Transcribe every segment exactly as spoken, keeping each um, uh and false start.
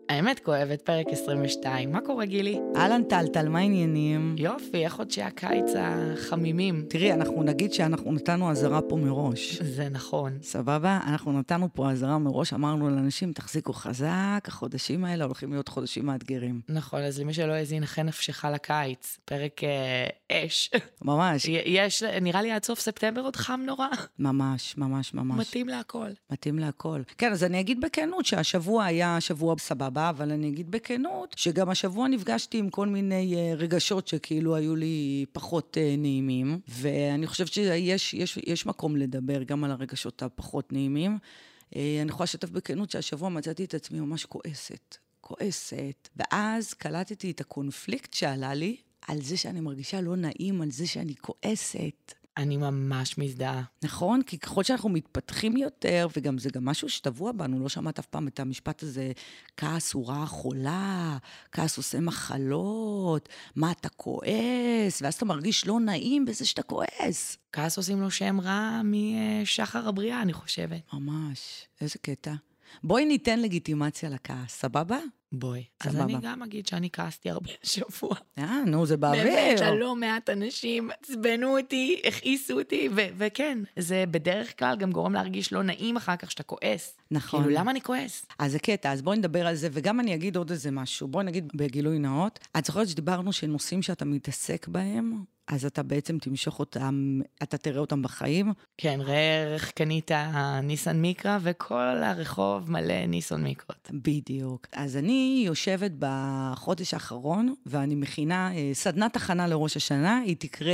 האמת כואבת, פרק עשרים ושתיים. מה קורה, גילי? אהלן טלטל, מה העניינים? יופי, איך חודשי הקיץ החמימים? תראי, אנחנו נגיד שאנחנו נתנו עזרה פה מראש. זה נכון. סבבה? אנחנו נתנו פה עזרה מראש, אמרנו לאנשים, תחזיקו חזק, החודשים האלה הולכים להיות חודשים מאתגרים. נכון, אז למי שלא הזין, אחרי נפשך לקיץ, פרק אה, אש. ממש. יש, נראה לי עד סוף ספטמבר עוד חם נורא. ממש, ממש, ממש. מתאים להכל. מתאים להכל. כן, אז אני אגיד בכנות שהשבוע היה שבוע סבבה, אבל אני אגיד בכנות שגם השבוע נפגשתי עם כל מיני רגשות שכאילו היו לי פחות נעימים, ואני חושבת שיש יש, יש מקום לדבר גם על הרגשות הפחות נעימים. אני יכולה לשתף בכנות שהשבוע מצאתי את עצמי ממש כועסת, כועסת, ואז קלטתי את הקונפליקט שעלה לי על זה שאני מרגישה לא נעים, על זה שאני כועסת. אני ממש מזדהה. נכון? כי ככל שאנחנו מתפתחים יותר, וגם זה גם משהו שטבוע בנו, לא שמעת אף פעם את המשפט הזה, כעס הוא רעה חולה, כעס עושה מחלות, מה אתה כועס, ואז אתה מרגיש לא נעים בזה שאתה כועס. כעס עושים לו שם רע משחר הבריאה, אני חושבת. ממש, איזה קטע. בואי ניתן לגיטימציה לכעס, סבבה? בואי. אז אני גם אגיד שאני כעסתי הרבה שבוע. אה, נו, זה באוויר. באמת, שלא מעט אנשים עצבנו אותי, הכעיסו אותי, וכן, זה בדרך כלל גם גורם להרגיש לא נעים אחר כך שאתה כועס. נכון. כאילו, למה אני כועס? אז זה קטע, אז בואי נדבר על זה, וגם אני אגיד עוד איזה משהו. בואי נגיד בגילוי נאות. את זוכרת שדיברנו שנושאים שאתה מתעסק בהם, אז אתה בעצם תמשוך אותם, אתה תראה אותם בחיים. כן, ראה איך קנית ניסן מיקרה, וכל הרחוב מלא ניסון מיקרות. בדיוק. אז אני יושבת בחודש האחרון, ואני מכינה סדנת הכנה לראש השנה, היא תקרה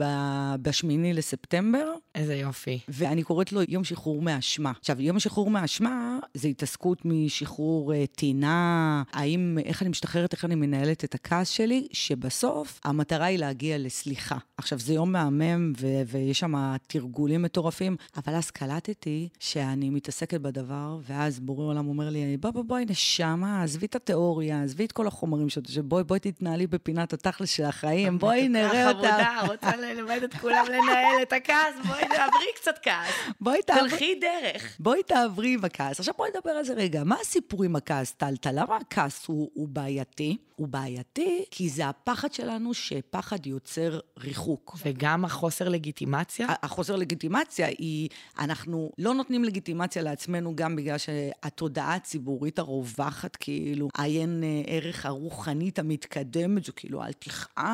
בשמיני לספטמבר. איזה יופי. ואני קוראת לו יום שחרור מהאשמה. עכשיו, יום השחרור מהאשמה, זה התעסקות משחרור טינה, האם, איך אני משתחררת, איך אני מנהלת את הכעס שלי, שבסוף המטרה היא להגיע לסליחה. עכשיו, זה יום מהמם, ו- ויש שם תרגולים מטורפים, אבל אז קלטתי שאני מתעסקת בדבר, ואז בורא עולם אומר לי, בוא, בוא, בואי נשמה, עזבי את התיאוריה, עזבי את כל החומרים שלו, שבואי, בואי תתנהלי בפינת התכל'ס של החיים, בואי נראה אותה. חמודה, רוצה ללמד את כולם לנהל את הכעס, בואי תעברי קצת כעס. בואי תעברי. תלכי דרך. בואי תעברי עם הכעס. עכשיו בואי נדבר על זה רגע. מה הסיפור עם הכעס, טלטל? למה הכעס הוא, הוא בעייתי? הוא בעייתי כי זה הפחד שלנו שפחד יוצר ריחוק. וגם החוסר לגיטימציה? החוסר לגיטימציה היא, אנחנו לא נותנים לגיטימציה לעצמנו גם בגלל שהתודעה הציבורית הרווחת, כאילו, עיין ערך הרוחנית המתקדמת, זו כאילו, אל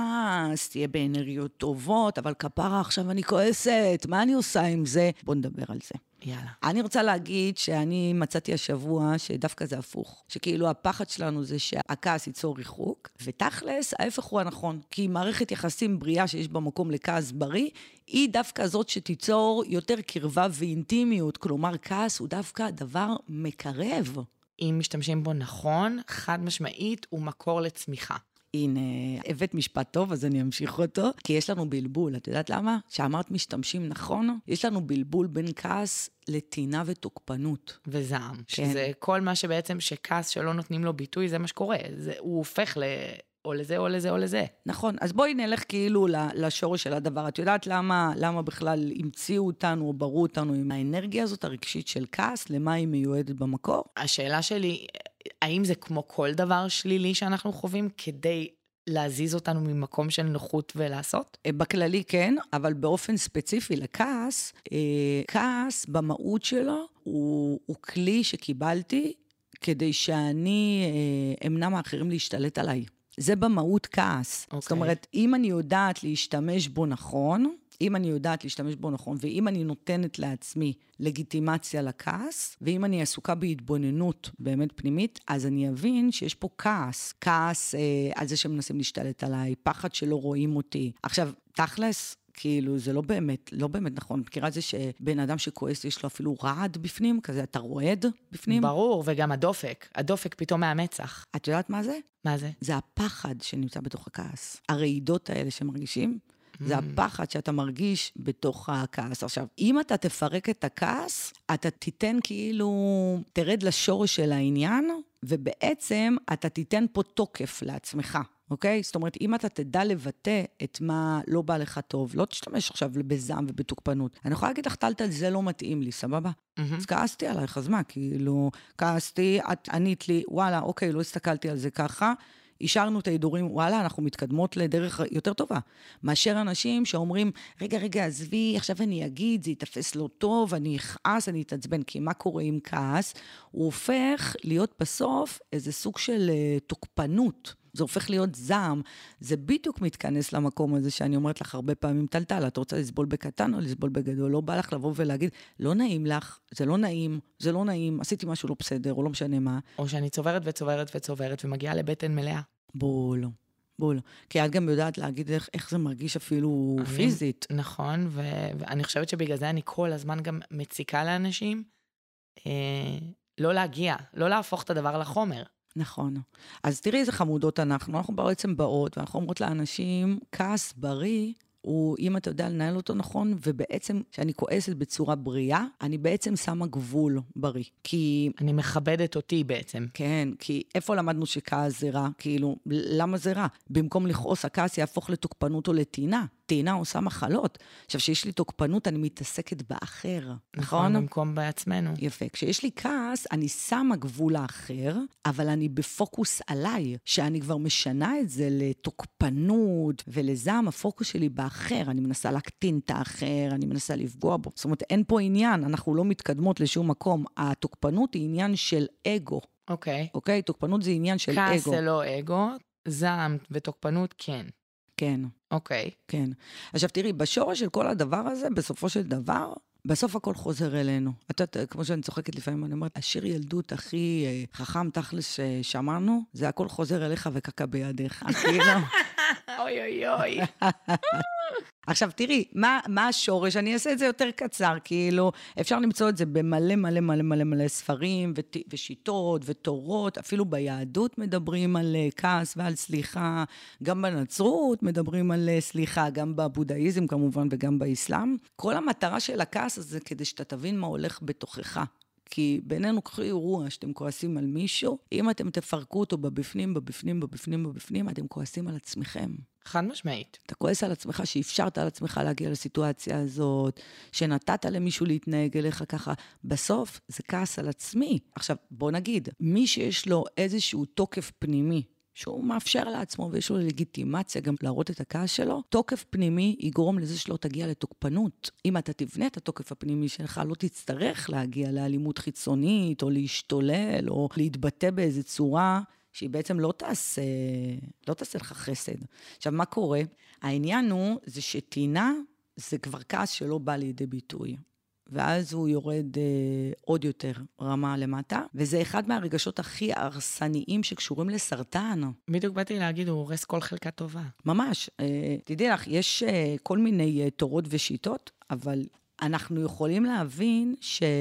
תכעס, תהיה באנרגיות טובות, אבל כפרה עכשיו אני כועסת, מה אני עושה עם זה? בוא נדבר על זה. יאללה. אני רוצה להגיד שאני מצאתי השבוע שדווקא זה הפוך. שכאילו הפחד שלנו זה שהכעס ייצור ריחוק, ותכלס ההפך הוא הנכון. כי מערכת יחסים בריאה שיש בה מקום לכעס בריא, היא דווקא זאת שתיצור יותר קרבה ואינטימיות. כלומר, כעס הוא דווקא דבר מקרב. אם משתמשים בו נכון, חד משמעית הוא מקור לצמיחה. הנה, הבאת משפט טוב, אז אני אמשיך אותו, כי יש לנו בלבול, את יודעת למה? שאמרת משתמשים נכון, יש לנו בלבול בין כעס לטינה ותוקפנות. וזעם, כן. שזה כל מה שבעצם שכעס שלא נותנים לו ביטוי, זה מה שקורה, זה, הוא הופך ל... או לזה, או לזה, או לזה. נכון, אז בואי נלך כאילו לשורש של הדבר. את יודעת למה, למה בכלל המציאו אותנו, או ברו אותנו עם האנרגיה הזאת הרגשית של כעס, למה היא מיועדת במקור? השאלה שלי, האם זה כמו כל דבר שלילי שאנחנו חווים כדי להזיז אותנו ממקום של נוחות ולעשות? בכללי כן, אבל באופן ספציפי לכעס, כעס במהות שלו הוא, הוא כלי שקיבלתי כדי שאני אמנע מאחרים להשתלט עליי. זה במהות כעס. Okay. זאת אומרת, אם אני יודעת להשתמש בו נכון, אם אני יודעת להשתמש בו נכון, ואם אני נותנת לעצמי לגיטימציה לכעס, ואם אני עסוקה בהתבוננות באמת פנימית, אז אני אבין שיש פה כעס. כעס אה, על זה שמנסים להשתלט עליי, פחד שלא רואים אותי. עכשיו, תכלס, כאילו, זה לא באמת, לא באמת נכון. מכירה זה שבן אדם שכועס יש לו אפילו רעד בפנים, כזה אתה רועד בפנים? ברור, וגם הדופק. הדופק פתאום מהמצח. את יודעת מה זה? מה זה? זה הפחד שנמצא בתוך הכעס. הרעידות האלה שמרגישים, זה הפחד שאתה מרגיש בתוך הכעס. עכשיו, אם אתה תפרק את הכעס, אתה תיתן כאילו, תרד לשורש של העניין, ובעצם אתה תיתן פה תוקף לעצמך. אוקיי? זאת אומרת, אם אתה תדע לבטא את מה לא בא לך טוב, לא תשתמש עכשיו בזעם ובתוקפנות. אני יכולה להגיד לך, טלטל, זה לא מתאים לי, סבבה? אז כעסתי עלייך, אז מה? כאילו, כעסתי, את ענית לי, וואלה, אוקיי, לא הסתכלתי על זה ככה, השארנו את ההידורים, וואלה, אנחנו מתקדמות לדרך יותר טובה. מאשר אנשים שאומרים, רגע, רגע, עזבי, עכשיו אני אגיד, זה יתפס לא טוב, אני אכעס, אני אתעצבן, כי מה קורה עם כעס? הוא הופך להיות בסוף איזה סוג של uh, תוקפנות. זה הופך להיות זעם. זה בדיוק מתכנס למקום הזה שאני אומרת לך הרבה פעמים, טלטל, את רוצה לסבול בקטן או לסבול בגדול? לא בא לך לבוא ולהגיד, לא נעים לך, זה לא נעים, זה לא נעים, עשיתי משהו לא בסדר, או לא משנה מה. או שאני צוברת וצוברת וצוברת ומגיעה לבטן מלאה. בוא לא, בוא לא. כי את גם יודעת להגיד איך, איך זה מרגיש אפילו אני, פיזית. נכון, ו- ואני חושבת שבגלל זה אני כל הזמן גם מציקה לאנשים, אה, לא להגיע, לא להפוך את הדבר לחומר. נכון. אז תראי איזה חמודות אנחנו, אנחנו בעצם באות, ואנחנו אומרות לאנשים, כעס בריא, הוא, אם אתה יודע לנהל אותו נכון, ובעצם, כשאני כועסת בצורה בריאה, אני בעצם שמה גבול בריא. כי... אני מכבדת אותי בעצם. כן, כי איפה למדנו שכעס זה רע? כאילו, למה זה רע? במקום לכעוס, הכעס יהפוך לתוקפנות או לטינה. טינה עושה מחלות. עכשיו, שיש לי תוקפנות, אני מתעסקת באחר. נכון? במקום בעצמנו. יפה. כשיש לי כעס, אני שמה גבול האחר, אבל אני בפוקוס עליי, שאני כבר משנה את זה לתוקפנות, ולזעם הפוקוס שלי באחר. אני מנסה להקטין את האחר, אני מנסה לפגוע בו. זאת אומרת, אין פה עניין, אנחנו לא מתקדמות לשום מקום. התוקפנות היא עניין של אגו. אוקיי. אוקיי? תוקפנות זה עניין של כעס אגו. כעס זה לא אגו, זעם ותוקפנות כן. כן. אוקיי. כן. עכשיו תראי, בשורש של כל הדבר הזה, בסופו של דבר, בסוף הכל חוזר אלינו. את יודעת, כמו שאני צוחקת לפעמים, אני אומרת, השיר ילדות הכי חכם תכלס ששמענו, זה הכל חוזר אליך וקקע בידיך. כאילו. אוי אוי אוי. עכשיו תראי, מה, מה השורש? אני אעשה את זה יותר קצר, כאילו, אפשר למצוא את זה במלא מלא מלא מלא מלא ספרים ות, ושיטות ותורות, אפילו ביהדות מדברים על כעס ועל סליחה, גם בנצרות מדברים על סליחה, גם בבודהיזם כמובן וגם באסלאם. כל המטרה של הכעס הזה כדי שאתה תבין מה הולך בתוכך. כי בינינו קחו אירוע שאתם כועסים על מישהו, אם אתם תפרקו אותו בבפנים, בבפנים, בבפנים, בבפנים, אתם כועסים על עצמכם. חד משמעית. אתה כועס על עצמך, שאפשרת על עצמך להגיע לסיטואציה הזאת, שנתת למישהו להתנהג אליך ככה. בסוף זה כעס על עצמי. עכשיו, בוא נגיד, מי שיש לו איזשהו תוקף פנימי, שהוא מאפשר לעצמו ויש לו לגיטימציה גם להראות את הכעס שלו, תוקף פנימי יגרום לזה שלא תגיע לתוקפנות. אם אתה תבנה את התוקף הפנימי שלך, לא תצטרך להגיע לאלימות חיצונית, או להשתולל, או להתבטא באיזו צורה שהיא בעצם לא תעשה, לא תעשה לך חסד. עכשיו, מה קורה? העניין הוא, זה שטינה, זה כבר כעס שלא בא לידי ביטוי. ואז הוא יורד אה, עוד יותר רמה למטה, וזה אחד מהרגשות הכי הרסניים שקשורים לסרטן. בדיוק באתי להגיד, הוא הורס כל חלקה טובה. ממש. אה, תדעי לך, יש אה, כל מיני אה, תורות ושיטות, אבל אנחנו יכולים להבין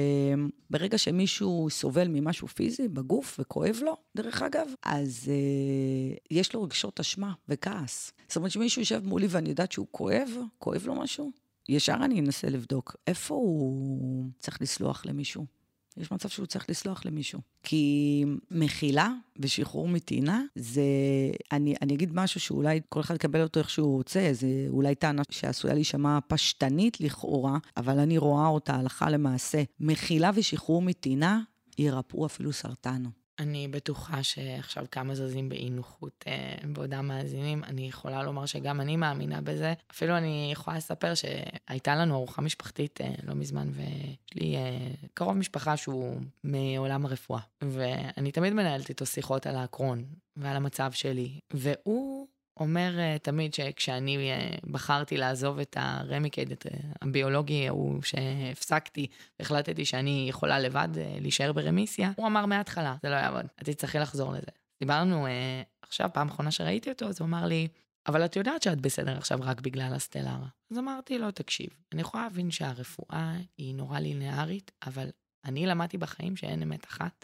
שברגע שמישהו סובל ממשהו פיזי בגוף וכואב לו, דרך אגב, אז אה, יש לו רגשות אשמה וכעס. זאת אומרת שמישהו יושב מולי ואני יודעת שהוא כואב, כואב לו משהו, ישר אני אנסה לבדוק איפה הוא צריך לסלוח למישהו. יש מצב שהוא צריך לסלוח למישהו. כי מחילה ושחרור מטינה, זה, אני, אני אגיד משהו שאולי כל אחד יקבל אותו איך שהוא רוצה, זה אולי טענה שעשויה להישמע פשטנית לכאורה, אבל אני רואה אותה הלכה למעשה. מחילה ושחרור מטינה ירפאו אפילו סרטן. אני בטוחה שעכשיו כמה זזים באי נוחות אה, בעודם מאזינים, אני יכולה לומר שגם אני מאמינה בזה. אפילו אני יכולה לספר שהייתה לנו ארוחה משפחתית אה, לא מזמן, ויש לי אה, קרוב משפחה שהוא מעולם הרפואה. ואני תמיד מנהלת איתו שיחות על הקרון ועל המצב שלי, והוא אומר uh, תמיד שכשאני uh, בחרתי לעזוב את הרמיקייד, את uh, הביולוגי הוא שהפסקתי, והחלטתי שאני יכולה לבד uh, להישאר ברמיסיה, הוא אמר מההתחלה, זה לא יעבוד, את תצטרכי לחזור לזה. דיברנו uh, עכשיו, פעם אחרונה שראיתי אותו, אז הוא אמר לי, אבל את יודעת שאת בסדר עכשיו רק בגלל הסטלרה. אז אמרתי לו, תקשיב, אני יכולה להבין שהרפואה היא נורא לינארית, אבל אני למדתי בחיים שאין אמת אחת,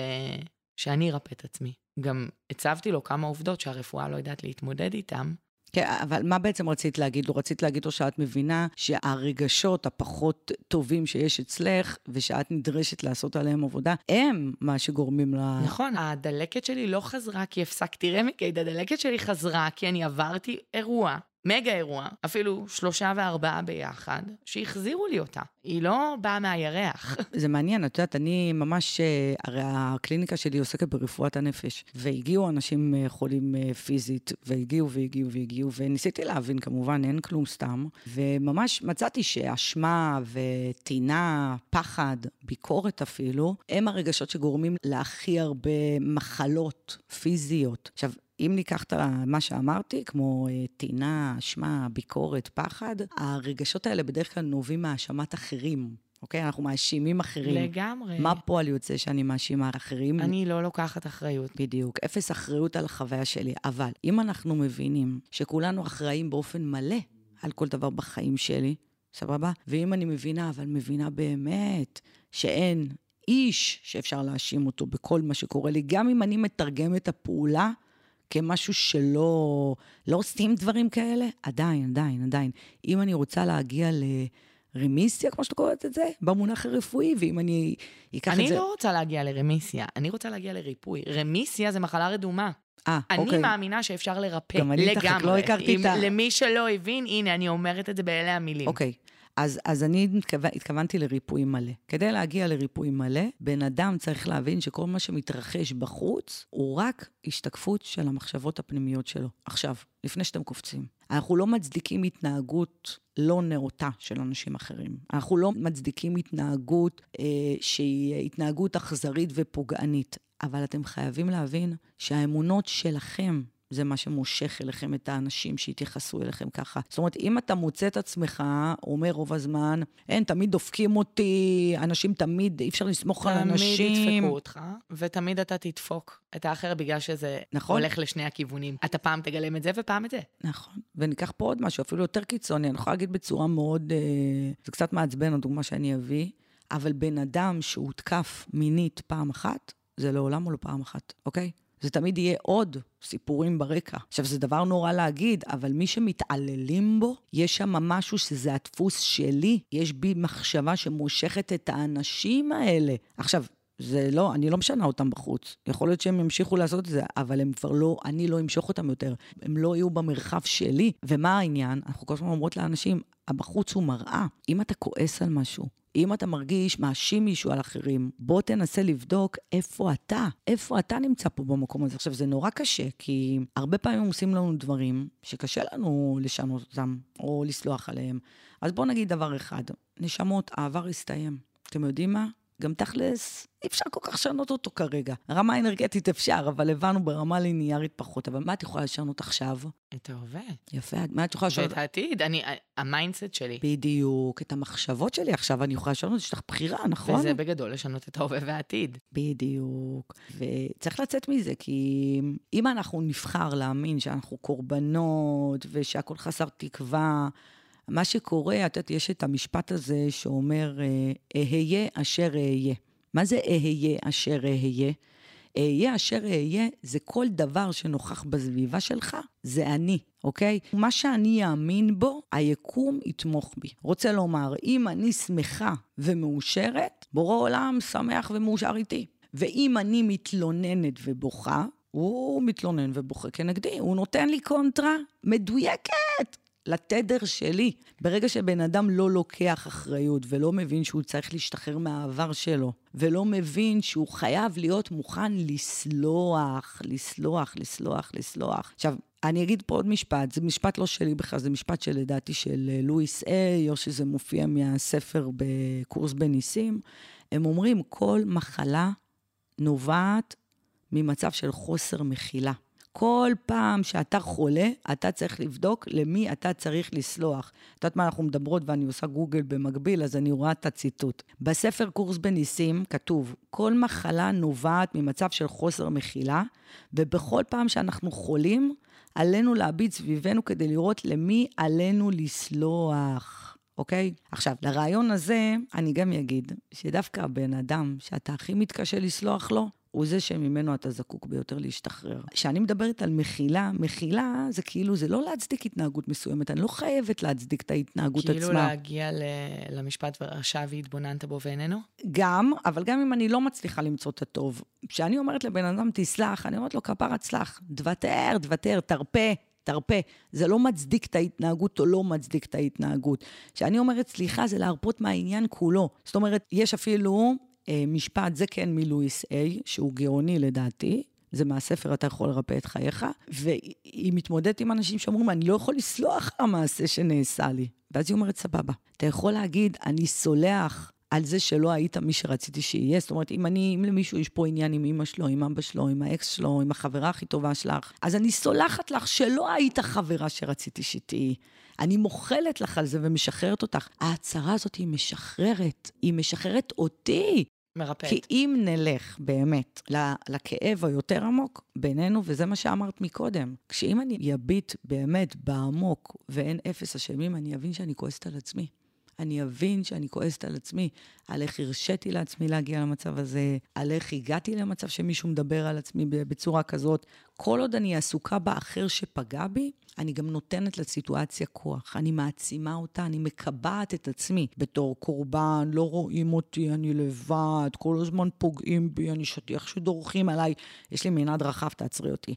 ושאני ארפא את עצמי. גם הצבתי לו כמה עובדות שהרפואה לא יודעת להתמודד איתם. כן, אבל מה בעצם רצית להגיד לו? רצית להגיד לו שאת מבינה שהרגשות הפחות טובים שיש אצלך, ושאת נדרשת לעשות עליהם עבודה, הם מה שגורמים לה... נכון, הדלקת שלי לא חזרה כי הפסקתי רמיקייד, הדלקת שלי חזרה כי אני עברתי אירוע. מגה אירוע, אפילו שלושה וארבעה ביחד, שהחזירו לי אותה. היא לא באה מהירח. זה מעניין, את יודעת, אני ממש, הרי הקליניקה שלי עוסקת ברפואת הנפש, והגיעו אנשים חולים פיזית, והגיעו והגיעו והגיעו, וניסיתי להבין כמובן, אין כלום סתם, וממש מצאתי שאשמה וטינה, פחד, ביקורת אפילו, הם הרגשות שגורמים להכי הרבה מחלות פיזיות. עכשיו, אם ניקח את מה שאמרתי, כמו טינה, אשמה, ביקורת, פחד, הרגשות האלה בדרך כלל נובעים מהאשמת אחרים. אוקיי? אנחנו מאשימים אחרים. לגמרי. מה פועל יוצא שאני מאשימה אחרים? אני לא לוקחת אחריות. בדיוק. אפס אחריות על החוויה שלי. אבל אם אנחנו מבינים שכולנו אחראים באופן מלא על כל דבר בחיים שלי, סבבה? ואם אני מבינה, אבל מבינה באמת שאין איש שאפשר להאשים אותו בכל מה שקורה לי, גם אם אני מתרגם את הפעולה, כמשהו שלא, לא עושים דברים כאלה, עדיין, עדיין, עדיין. אם אני רוצה להגיע לרמיסיה, כמו שאתה קוראת את זה, במונח הרפואי, ואם אני אקח את זה... אני לא רוצה להגיע לרמיסיה, אני רוצה להגיע לריפוי. רמיסיה זה מחלה רדומה. אה, אני אוקיי. מאמינה שאפשר לרפא גם אני לגמרי. תחת, לא הכרתי את ה... למי שלא הבין, הנה, אני אומרת את זה באלה המילים. אוקיי. אז, אז אני התכו... התכוונתי לריפוי מלא. כדי להגיע לריפוי מלא, בן אדם צריך להבין שכל מה שמתרחש בחוץ, הוא רק השתקפות של המחשבות הפנימיות שלו. עכשיו, לפני שאתם קופצים, אנחנו לא מצדיקים התנהגות לא נאותה של אנשים אחרים. אנחנו לא מצדיקים התנהגות אה, שהיא התנהגות אכזרית ופוגענית. אבל אתם חייבים להבין שהאמונות שלכם, זה מה שמושך אליכם את האנשים שהתייחסו אליכם ככה. זאת אומרת, אם אתה מוצא את עצמך, אומר רוב הזמן, אין, תמיד דופקים אותי, אנשים תמיד, אי אפשר לסמוך על אנשים. תמיד ידפקו אותך, ותמיד אתה תדפוק את האחר בגלל שזה נכון. הולך לשני הכיוונים. אתה פעם תגלם את זה ופעם את זה. נכון. וניקח פה עוד משהו, אפילו יותר קיצוני, אני יכולה להגיד בצורה מאוד, אה, זה קצת מעצבן, הדוגמה שאני אביא, אבל בן אדם שהותקף מינית פעם אחת, זה לעולם או לא פעם אחת, אוקיי? זה תמיד יהיה עוד סיפורים ברקע. עכשיו, זה דבר נורא להגיד, אבל מי שמתעללים בו, יש שם משהו שזה הדפוס שלי, יש בי מחשבה שמושכת את האנשים האלה. עכשיו, זה לא, אני לא משנה אותם בחוץ. יכול להיות שהם ימשיכו לעשות את זה, אבל הם כבר לא, אני לא אמשוך אותם יותר. הם לא יהיו במרחב שלי. ומה העניין? אנחנו כל הזמן אומרות לאנשים, הבחוץ הוא מראה. אם אתה כועס על משהו, אם אתה מרגיש, מאשים מישהו על אחרים, בוא תנסה לבדוק איפה אתה, איפה אתה נמצא פה במקום הזה. עכשיו, זה נורא קשה, כי הרבה פעמים עושים לנו דברים שקשה לנו לשנות אותם, או לסלוח עליהם. אז בוא נגיד דבר אחד, נשמות, העבר הסתיים. אתם יודעים מה? גם תכלס, אי אפשר כל כך לשנות אותו כרגע. רמה אנרגטית אפשר, אבל הבנו ברמה ליניארית פחות. אבל מה את יכולה לשנות עכשיו? את ההווה. יפה, מה את יכולה לשנות? ואת העתיד, אני, המיינדסט שלי. בדיוק, את המחשבות שלי עכשיו, אני יכולה לשנות, יש לך בחירה, נכון? וזה בגדול לשנות את ההווה והעתיד. בדיוק, וצריך לצאת מזה, כי אם אנחנו נבחר להאמין שאנחנו קורבנות, ושהכל חסר תקווה, מה שקורה, את יודעת, יש את המשפט הזה שאומר, אהיה אשר אהיה. מה זה אהיה אשר אהיה? אהיה אשר אהיה זה כל דבר שנוכח בסביבה שלך, זה אני, אוקיי? מה שאני אאמין בו, היקום יתמוך בי. רוצה לומר, אם אני שמחה ומאושרת, בורא עולם שמח ומאושר איתי. ואם אני מתלוננת ובוכה, הוא מתלונן ובוכה כנגדי, הוא נותן לי קונטרה מדויקת. לתדר שלי. ברגע שבן אדם לא לוקח אחריות ולא מבין שהוא צריך להשתחרר מהעבר שלו, ולא מבין שהוא חייב להיות מוכן לסלוח, לסלוח, לסלוח, לסלוח. עכשיו, אני אגיד פה עוד משפט, זה משפט לא שלי בכלל, זה משפט שלדעתי של לואיס איי, או שזה מופיע מהספר בקורס בניסים. הם אומרים, כל מחלה נובעת ממצב של חוסר מחילה. כל פעם שאתה חולה, אתה צריך לבדוק למי אתה צריך לסלוח. את יודעת מה אנחנו מדברות, ואני עושה גוגל במקביל, אז אני רואה את הציטוט. בספר קורס בניסים כתוב, כל מחלה נובעת ממצב של חוסר מחילה, ובכל פעם שאנחנו חולים, עלינו להביט סביבנו כדי לראות למי עלינו לסלוח. אוקיי? עכשיו, לרעיון הזה, אני גם אגיד, שדווקא הבן אדם שאתה הכי מתקשה לסלוח לו, הוא זה שממנו אתה זקוק ביותר להשתחרר. כשאני מדברת על מחילה, מחילה זה כאילו, זה לא להצדיק התנהגות מסוימת, אני לא חייבת להצדיק את ההתנהגות כאילו עצמה. כאילו להגיע ל... למשפט ורשע והתבוננת בו ואיננו? גם, אבל גם אם אני לא מצליחה למצוא את הטוב. כשאני אומרת לבן אדם, תסלח, אני אומרת לו, כפרה צלח, דוותר, דוותר, תרפה. תרפה, זה לא מצדיק את ההתנהגות או לא מצדיק את ההתנהגות. כשאני אומרת סליחה, זה להרפות מהעניין כולו. זאת אומרת, יש אפילו אה, משפט, זה כן מלואיס איי, שהוא גאוני לדעתי, זה מהספר אתה יכול לרפא את חייך, והיא מתמודדת עם אנשים שאומרים, אני לא יכול לסלוח על המעשה שנעשה לי. ואז היא אומרת, סבבה, אתה יכול להגיד, אני סולח, על זה שלא היית מי שרציתי שיהיה. זאת אומרת, אם אני, אם למישהו יש פה עניין עם אמא שלו, עם אבא שלו, עם האקס שלו, עם החברה הכי טובה שלך, אז אני סולחת לך שלא היית חברה שרציתי שתהיי. אני מוכלת לך על זה ומשחררת אותך. ההצהרה הזאת היא משחררת, היא משחררת אותי. מרפאת. כי אם נלך באמת לכאב היותר עמוק בינינו, וזה מה שאמרת מקודם, כשאם אני יביט באמת בעמוק ואין אפס אשמים, אני אבין שאני כועסת על עצמי. אני אבין שאני כועסת על עצמי, על איך הרשיתי לעצמי להגיע למצב הזה, על איך הגעתי למצב שמישהו מדבר על עצמי בצורה כזאת. כל עוד אני עסוקה באחר שפגע בי, אני גם נותנת לסיטואציה כוח. אני מעצימה אותה, אני מקבעת את עצמי. בתור קורבן, לא רואים אותי, אני לבד, כל הזמן פוגעים בי, אני שטיח שדורכים עליי. יש לי מנעד רחב, תעצרי אותי.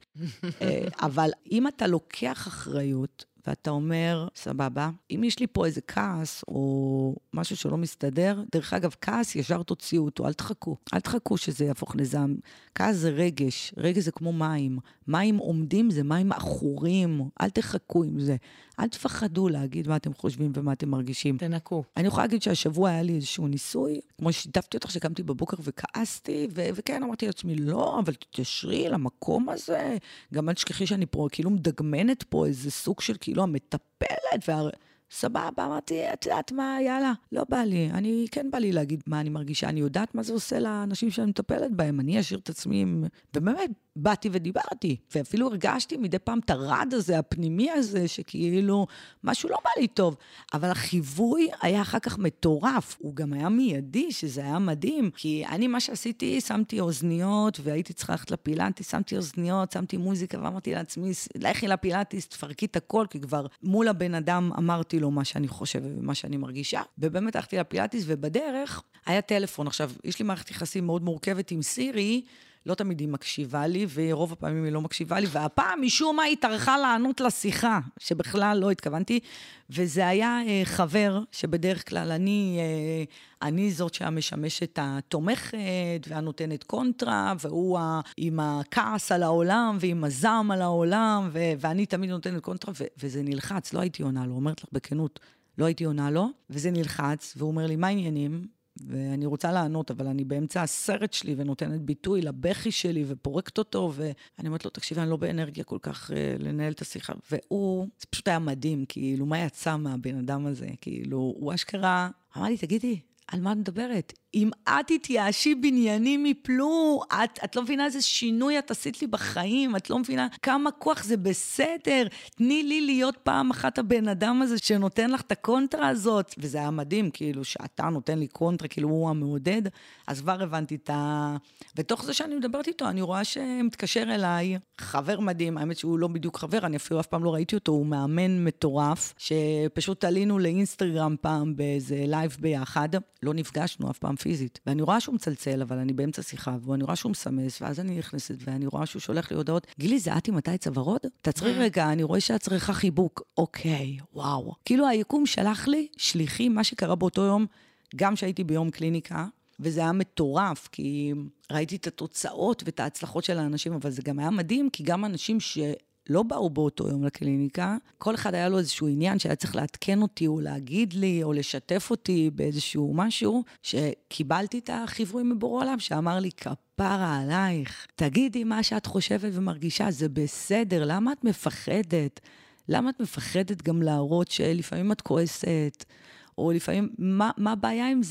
אבל אם אתה לוקח אחריות, ואתה אומר, סבבה, אם יש לי פה איזה כעס, או משהו שלא מסתדר, דרך אגב, כעס ישר תוציאו אותו, אל תחכו. אל תחכו שזה יהפוך לזעם. כעס זה רגש, רגש זה כמו מים. מים עומדים זה מים אחורים, אל תחכו עם זה. אל תפחדו להגיד מה אתם חושבים ומה אתם מרגישים. תנקו. אני יכולה להגיד שהשבוע היה לי איזשהו ניסוי, כמו ששיתפתי אותך שקמתי בבוקר וכעסתי, ו- וכן אמרתי לעצמי, לא, אבל תתיישרי למקום הזה, גם אל תשכחי שאני פה, כאילו מדגמנת פה איזה סוג של כאילו המטפלת, וה... סבבה, אמרתי, את יודעת מה, יאללה, לא בא לי, אני כן בא לי להגיד מה אני מרגישה, אני יודעת מה זה עושה לאנשים שאני מטפלת בהם, אני אשאיר את עצמי, ובאמת, באתי ודיברתי, ואפילו הרגשתי מדי פעם את הרד הזה, הפנימי הזה, שכאילו, משהו לא בא לי טוב, אבל החיווי היה אחר כך מטורף, הוא גם היה מיידי, שזה היה מדהים, כי אני מה שעשיתי, שמתי אוזניות, והייתי צריכה ללכת לפילאטיס, שמתי אוזניות, שמתי מוזיקה, ואמרתי לעצמי, לכי לפילאטיס, תפרקי את הכל, כי כבר מול הבן אדם אמרתי לו מה שאני חושבת ומה שאני מרגישה, ובאמת הלכתי לפילאטיס, ובדרך היה טלפון. עכשיו, יש לי מערכת יחסים מאוד מורכבת עם סירי, לא תמיד היא מקשיבה לי, ורוב הפעמים היא לא מקשיבה לי, והפעם משום מה היא טרחה לענות לשיחה, שבכלל לא התכוונתי, וזה היה אה, חבר, שבדרך כלל אני, אה, אני זאת שהמשמשת התומכת, והנותנת קונטרה, והוא ה, עם הכעס על העולם, ועם הזעם על העולם, ו, ואני תמיד נותנת קונטרה, ו, וזה נלחץ, לא הייתי עונה לו, אומרת לך בכנות, לא הייתי עונה לו, וזה נלחץ, והוא אומר לי, מה העניינים? ואני רוצה לענות, אבל אני באמצע הסרט שלי, ונותנת ביטוי לבכי שלי, ופורקת אותו, ואני אומרת לו, תקשיב, אני לא באנרגיה כל כך uh, לנהל את השיחה. והוא, זה פשוט היה מדהים, כאילו, מה יצא מהבן אדם הזה? כאילו, הוא אשכרה, אמר לי, תגידי, על מה את מדברת? אם את התייאשי בניינים יפלו, את, את לא מבינה איזה שינוי את עשית לי בחיים, את לא מבינה כמה כוח זה בסדר, תני לי להיות פעם אחת הבן אדם הזה שנותן לך את הקונטרה הזאת, וזה היה מדהים, כאילו שאתה נותן לי קונטרה, כאילו הוא המעודד, אז כבר הבנתי את ה... ותוך זה שאני מדברת איתו, אני רואה שמתקשר אליי, חבר מדהים, האמת שהוא לא בדיוק חבר, אני אפילו אף פעם לא ראיתי אותו, הוא מאמן מטורף, שפשוט עלינו לאינסטגרם פעם באיזה לייב ביחד, לא נפגשנו אף פעם פיזית, ואני רואה שהוא מצלצל, אבל אני באמצע שיחה, ואני רואה שהוא מסמס, ואז אני נכנסת, ואני רואה שהוא שולח לי הודעות, גילי, זה את עם מתי צוורוד? תעצרי רגע, אני רואה שאת צריכה חיבוק. אוקיי, וואו. כאילו היקום שלח לי שליחים, מה שקרה באותו יום, גם שהייתי ביום קליניקה, וזה היה מטורף, כי ראיתי את התוצאות ואת ההצלחות של האנשים, אבל זה גם היה מדהים, כי גם אנשים ש... לא באו באותו יום לקליניקה, כל אחד היה לו איזשהו עניין שהיה צריך להתקן אותי, או להגיד לי, או לשתף אותי באיזשהו משהו, שקיבלתי את החיווי מבורא עולם, שאמר לי, כפרה עלייך, תגידי מה שאת חושבת ומרגישה, זה בסדר, למה את מפחדת? למה את מפחדת גם להראות שלפעמים את כועסת, או לפעמים, מה, מה הבעיה עם זה?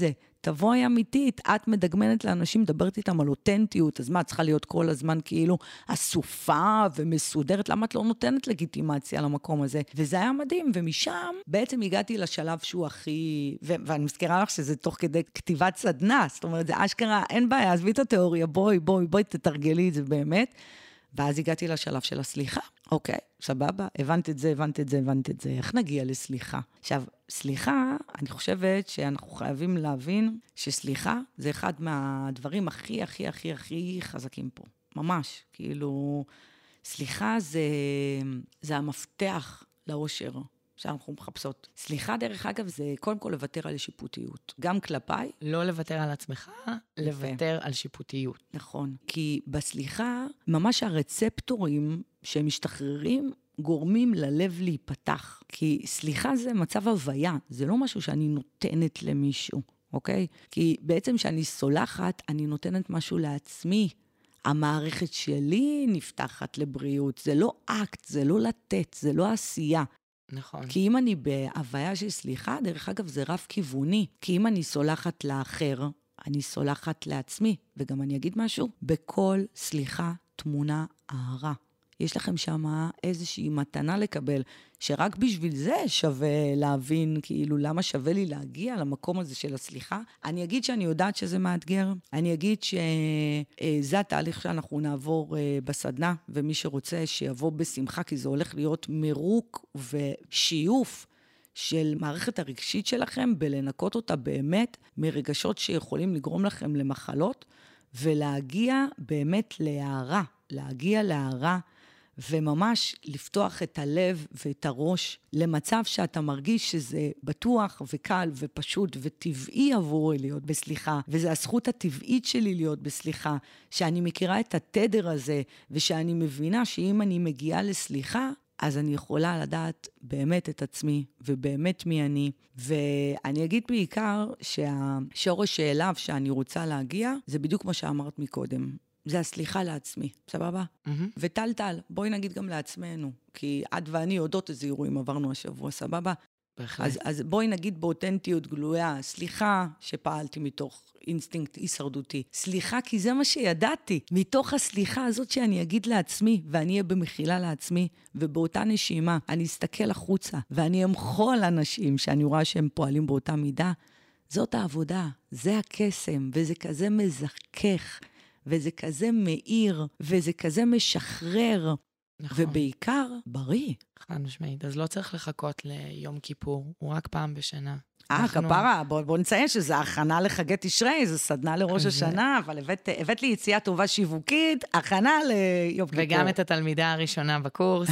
תבואי אמיתית, את מדגמנת לאנשים, מדברת איתם על אותנטיות, אז מה, צריכה להיות כל הזמן כאילו אסופה ומסודרת, למה את לא נותנת לגיטימציה למקום הזה? וזה היה מדהים, ומשם בעצם הגעתי לשלב שהוא הכי, ו- ואני מזכירה לך שזה תוך כדי כתיבת סדנה, זאת אומרת, זה אשכרה, אין בעיה, עזבי את התיאוריה, בואי, בואי, בואי, תתרגלי את זה באמת, ואז הגעתי לשלב של הסליחה. אוקיי, סבבה, הבנת את זה, הבנת את זה, הבנת את זה. איך נגיע לסליחה? עכשיו, סליחה, אני חושבת שאנחנו חייבים להבין שסליחה זה אחד מהדברים הכי, הכי, הכי, הכי חזקים פה. ממש. כאילו, סליחה זה, זה המפתח לאושר שאנחנו מחפשות. סליחה, דרך אגב, זה קודם כל לוותר על שיפוטיות. גם כלפיי. לא לוותר על עצמך, לוותר על שיפוטיות. נכון. כי בסליחה, ממש הרצפטורים שהם משתחררים, גורמים ללב להיפתח. כי סליחה זה מצב הוויה, זה לא משהו שאני נותנת למישהו, אוקיי? כי בעצם שאני סולחת, אני נותנת משהו לעצמי. המערכת שלי נפתחת לבריאות. זה לא אקט, זה לא לתת, זה לא עשייה. נכון. כי אם אני בהוויה של סליחה, דרך אגב זה רב כיווני. כי אם אני סולחת לאחר, אני סולחת לעצמי. וגם אני אגיד משהו, בכל סליחה תמונה הערה. יש לכם שם איזושהי מתנה לקבל, שרק בשביל זה שווה להבין, כאילו, למה שווה לי להגיע למקום הזה של הסליחה. אני אגיד שאני יודעת שזה מאתגר, אני אגיד שזה התהליך שאנחנו נעבור בסדנה, ומי שרוצה שיבוא בשמחה, כי זה הולך להיות מירוק ושיוף של מערכת הרגשית שלכם, בלנקות אותה באמת מרגשות שיכולים לגרום לכם למחלות, ולהגיע באמת להערה, להגיע להערה, וממש לפתוח את הלב ואת הראש למצב שאתה מרגיש שזה בטוח וקל ופשוט וטבעי עבורי להיות בסליחה, וזו הזכות הטבעית שלי להיות בסליחה, שאני מכירה את התדר הזה, ושאני מבינה שאם אני מגיעה לסליחה, אז אני יכולה לדעת באמת את עצמי, ובאמת מי אני. ואני אגיד בעיקר שהשורש שאליו שאני רוצה להגיע, זה בדיוק מה שאמרת מקודם. זה הסליחה לעצמי, סבבה? Mm-hmm. וטל טל, בואי נגיד גם לעצמנו, כי את ואני יודעות איזה אירועים עברנו השבוע, סבבה? בהחלט. אז, אז בואי נגיד באותנטיות גלויה, סליחה שפעלתי מתוך אינסטינקט הישרדותי. סליחה, כי זה מה שידעתי. מתוך הסליחה הזאת שאני אגיד לעצמי, ואני אהיה במחילה לעצמי, ובאותה נשימה אני אסתכל החוצה, ואני אמחול אנשים שאני רואה שהם פועלים באותה מידה, זאת העבודה, זה הקסם, וזה כזה מזכך. וזה כזה מאיר, וזה כזה משחרר, נכון. ובעיקר בריא. חד משמעית, אז לא צריך לחכות ליום כיפור, הוא רק פעם בשנה. אה, אנחנו... כפרה, בוא, בוא נציין שזה הכנה לחגי תשרי, זה סדנה לראש השנה, אבל הבאת, הבאת לי יציאה טובה שיווקית, הכנה ליום כיפור. וגם את התלמידה הראשונה בקורס.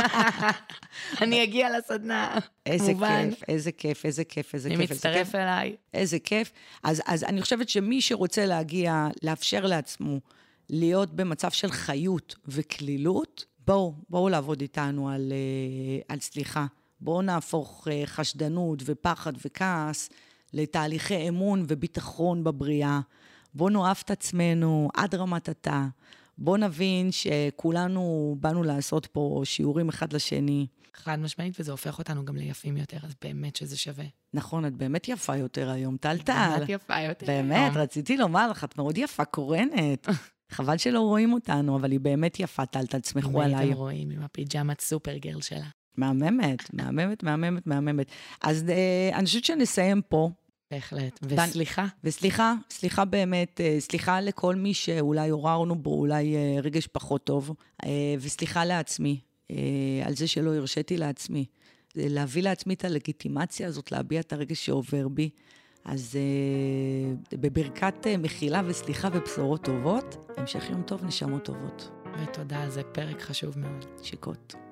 אני אגיע לסדנה, איזה מובן. כיף, איזה כיף, איזה כיף, איזה כיף. אני מצטרף אליי. איזה כיף. אז, אז אני חושבת שמי שרוצה להגיע, לאפשר לעצמו, להיות במצב של חיות וכלילות, בואו, בואו לעבוד איתנו על, על סליחה. בואו נהפוך חשדנות ופחד וכעס לתהליכי אמון וביטחון בבריאה. בואו נאהב את עצמנו עד רמת התא. בואו נבין שכולנו באנו לעשות פה שיעורים אחד לשני. חד משמעית, וזה הופך אותנו גם ליפים יותר, אז באמת שזה שווה. נכון, את באמת יפה יותר היום, טל טל. באמת יפה יותר. באמת, רציתי לומר לך, את מאוד יפה, קורנת. חבל שלא רואים אותנו, אבל היא באמת יפה, טל טל, תסמכו עליי. הייתם רואים עם הפיג'מת סופרגרל שלה. מהממת, מהממת, מהממת, מהממת. אז אה, אני חושבת שנסיים פה. בהחלט, וסליחה. וסליחה, סליחה באמת, סליחה לכל מי שאולי עוררנו בו, אולי רגש פחות טוב, וסליחה לעצמי, על זה שלא הרשיתי לעצמי. להביא לעצמי את הלגיטימציה הזאת, להביע את הרגש שעובר בי. אז בברכת מחילה וסליחה ובשורות טובות, המשך יום טוב, נשמות טובות. ותודה, זה פרק חשוב מאוד. שיקות.